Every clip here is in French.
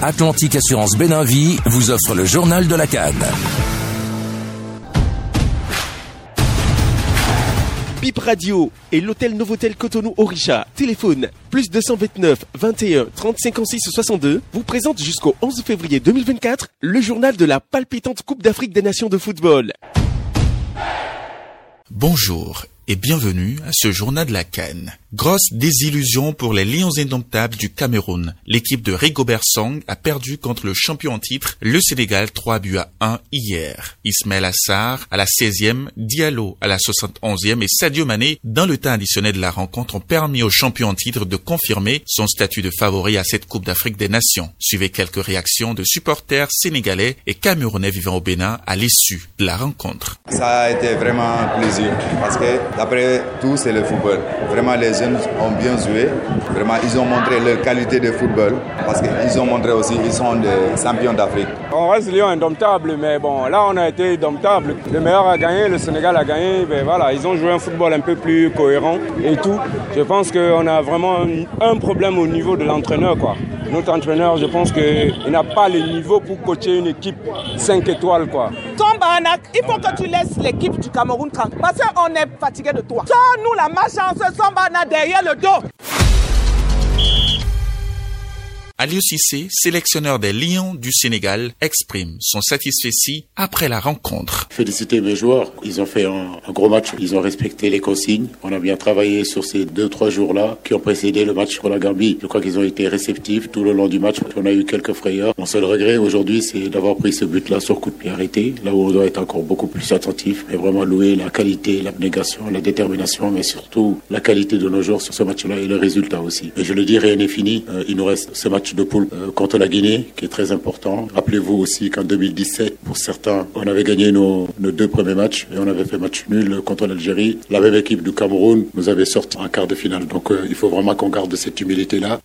Atlantique Assurance Béninvie vous offre le journal de la CAN. Bip Radio et l'hôtel Novotel Cotonou Orisha, téléphone plus 229 21 30 56 62, vous présente jusqu'au 11 février 2024 le journal de la palpitante Coupe d'Afrique des Nations de football. Bonjour et bienvenue à ce journal de la CAN. Grosse désillusion pour les Lions indomptables du Cameroun. L'équipe de Rigobert Song a perdu contre le champion en titre, le Sénégal, 3-1 hier. Ismaël Assar à la 16e, Diallo à la 71e et Sadio Mané dans le temps additionnel de la rencontre ont permis au champion en titre de confirmer son statut de favori à cette Coupe d'Afrique des Nations. Suivez quelques réactions de supporters sénégalais et camerounais vivant au Bénin à l'issue de la rencontre. Ça a été vraiment un plaisir parce que d'après tout, c'est le football. Vraiment, les jeunes ont bien joué. Vraiment, ils ont montré leur qualité de football parce qu'ils ont montré aussi qu'ils sont des champions d'Afrique. On reste Lions indomptables, mais bon, là, on a été indomptables. Le meilleur a gagné, le Sénégal a gagné. Mais voilà, ils ont joué un football un peu plus cohérent et tout. Je pense qu'on a vraiment un problème au niveau de l'entraîneur, quoi. Notre entraîneur, je pense qu'il n'a pas le niveau pour coacher une équipe 5 étoiles, quoi. Tombanak, il faut que tu laisses l'équipe du Cameroun tranquille. Parce qu'on est fatigué de toi. Sors-nous la malchance, Sambana derrière le dos. Aliou Cissé, sélectionneur des Lions du Sénégal, exprime son satisfecit après la rencontre. Féliciter mes joueurs, ils ont fait un gros match, ils ont respecté les consignes. On a bien travaillé sur ces 2-3 jours-là qui ont précédé le match pour la Gambie. Je crois qu'ils ont été réceptifs tout le long du match. On a eu quelques frayeurs. Mon seul regret aujourd'hui, c'est d'avoir pris ce but-là sur coup de pied arrêté, là où on doit être encore beaucoup plus attentif et vraiment louer la qualité, l'abnégation, la détermination, mais surtout la qualité de nos joueurs sur ce match-là et le résultat aussi. Et je le dis, rien n'est fini. Il nous reste ce match de poule contre la Guinée qui est très important. Rappelez-vous aussi qu'en 2017, pour certains, on avait gagné nos 2 premiers matchs et on avait fait match nul contre l'Algérie. La même équipe du Cameroun nous avait sorti en quart de finale. Donc il faut vraiment qu'on garde cette humilité-là.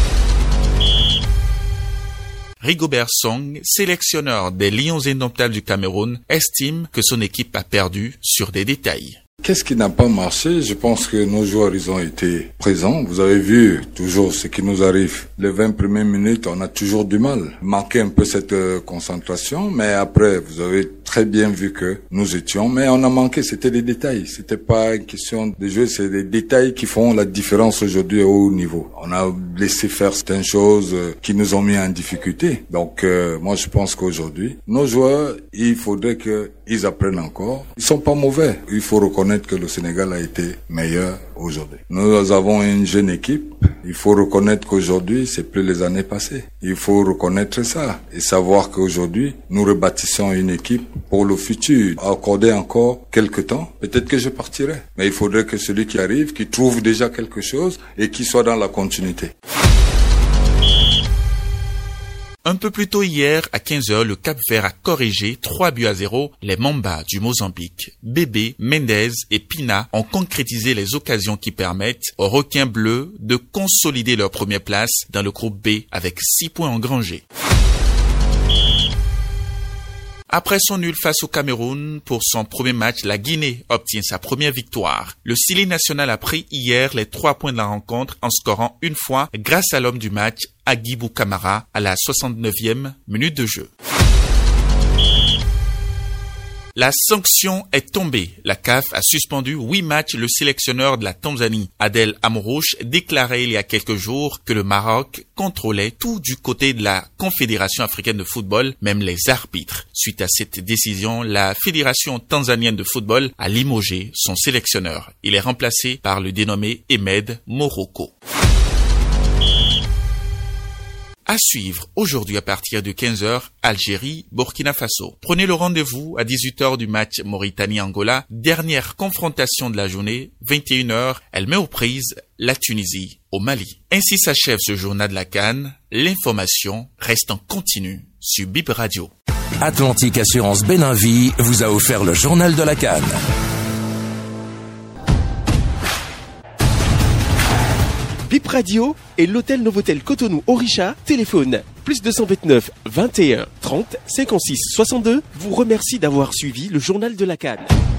Rigobert Song, sélectionneur des Lions indomptables du Cameroun, estime que son équipe a perdu sur des détails. Qu'est-ce qui n'a pas marché? Je pense que nos joueurs, ils ont été présents. Vous avez vu toujours ce qui nous arrive. Les 20 premières minutes, on a toujours du mal. Manquer un peu cette concentration, mais après, vous avez très bien vu que nous étions, mais on a manqué, c'était des détails. C'était pas une question de jeu, c'est des détails qui font la différence aujourd'hui au haut niveau. On a laissé faire certaines choses qui nous ont mis en difficulté. Donc, moi, je pense qu'aujourd'hui, nos joueurs, il faudrait qu'ils apprennent encore. Ils sont pas mauvais. Il faut reconnaître que le Sénégal a été meilleur aujourd'hui. Nous avons une jeune équipe. Il faut reconnaître qu'aujourd'hui, c'est plus les années passées. Il faut reconnaître ça et savoir qu'aujourd'hui, nous rebâtissons une équipe pour le futur. Accorder encore quelques temps, peut-être que je partirai. Mais il faudrait que celui qui arrive, qui trouve déjà quelque chose et qui soit dans la continuité. Un peu plus tôt hier, à 15h, le Cap-Vert a corrigé 3-0 les Mambas du Mozambique. Bébé, Mendez et Pina ont concrétisé les occasions qui permettent aux requins bleus de consolider leur première place dans le groupe B avec 6 points engrangés. Après son nul face au Cameroun pour son premier match, la Guinée obtient sa première victoire. Le Sili national a pris hier les 3 points de la rencontre en scorant une fois grâce à l'homme du match, Agibou Kamara, à la 69e minute de jeu. La sanction est tombée. La CAF a suspendu 8 matchs le sélectionneur de la Tanzanie, Adel Amrouche, déclarait il y a quelques jours que le Maroc contrôlait tout du côté de la Confédération africaine de football, même les arbitres. Suite à cette décision, la Fédération tanzanienne de football a limogé son sélectionneur. Il est remplacé par le dénommé Ahmed Morocco. À suivre aujourd'hui à partir de 15h, Algérie, Burkina Faso. Prenez le rendez-vous à 18h du match Mauritanie-Angola. Dernière confrontation de la journée, 21h, elle met aux prises la Tunisie au Mali. Ainsi s'achève ce journal de la CAN. L'information reste en continu sur Bip Radio. Atlantique Assurance Béninvie vous a offert le journal de la CAN. Bip Radio et l'hôtel Novotel Cotonou Orisha, téléphone plus 229 21 30 56 62 vous remercie d'avoir suivi le journal de la CAN.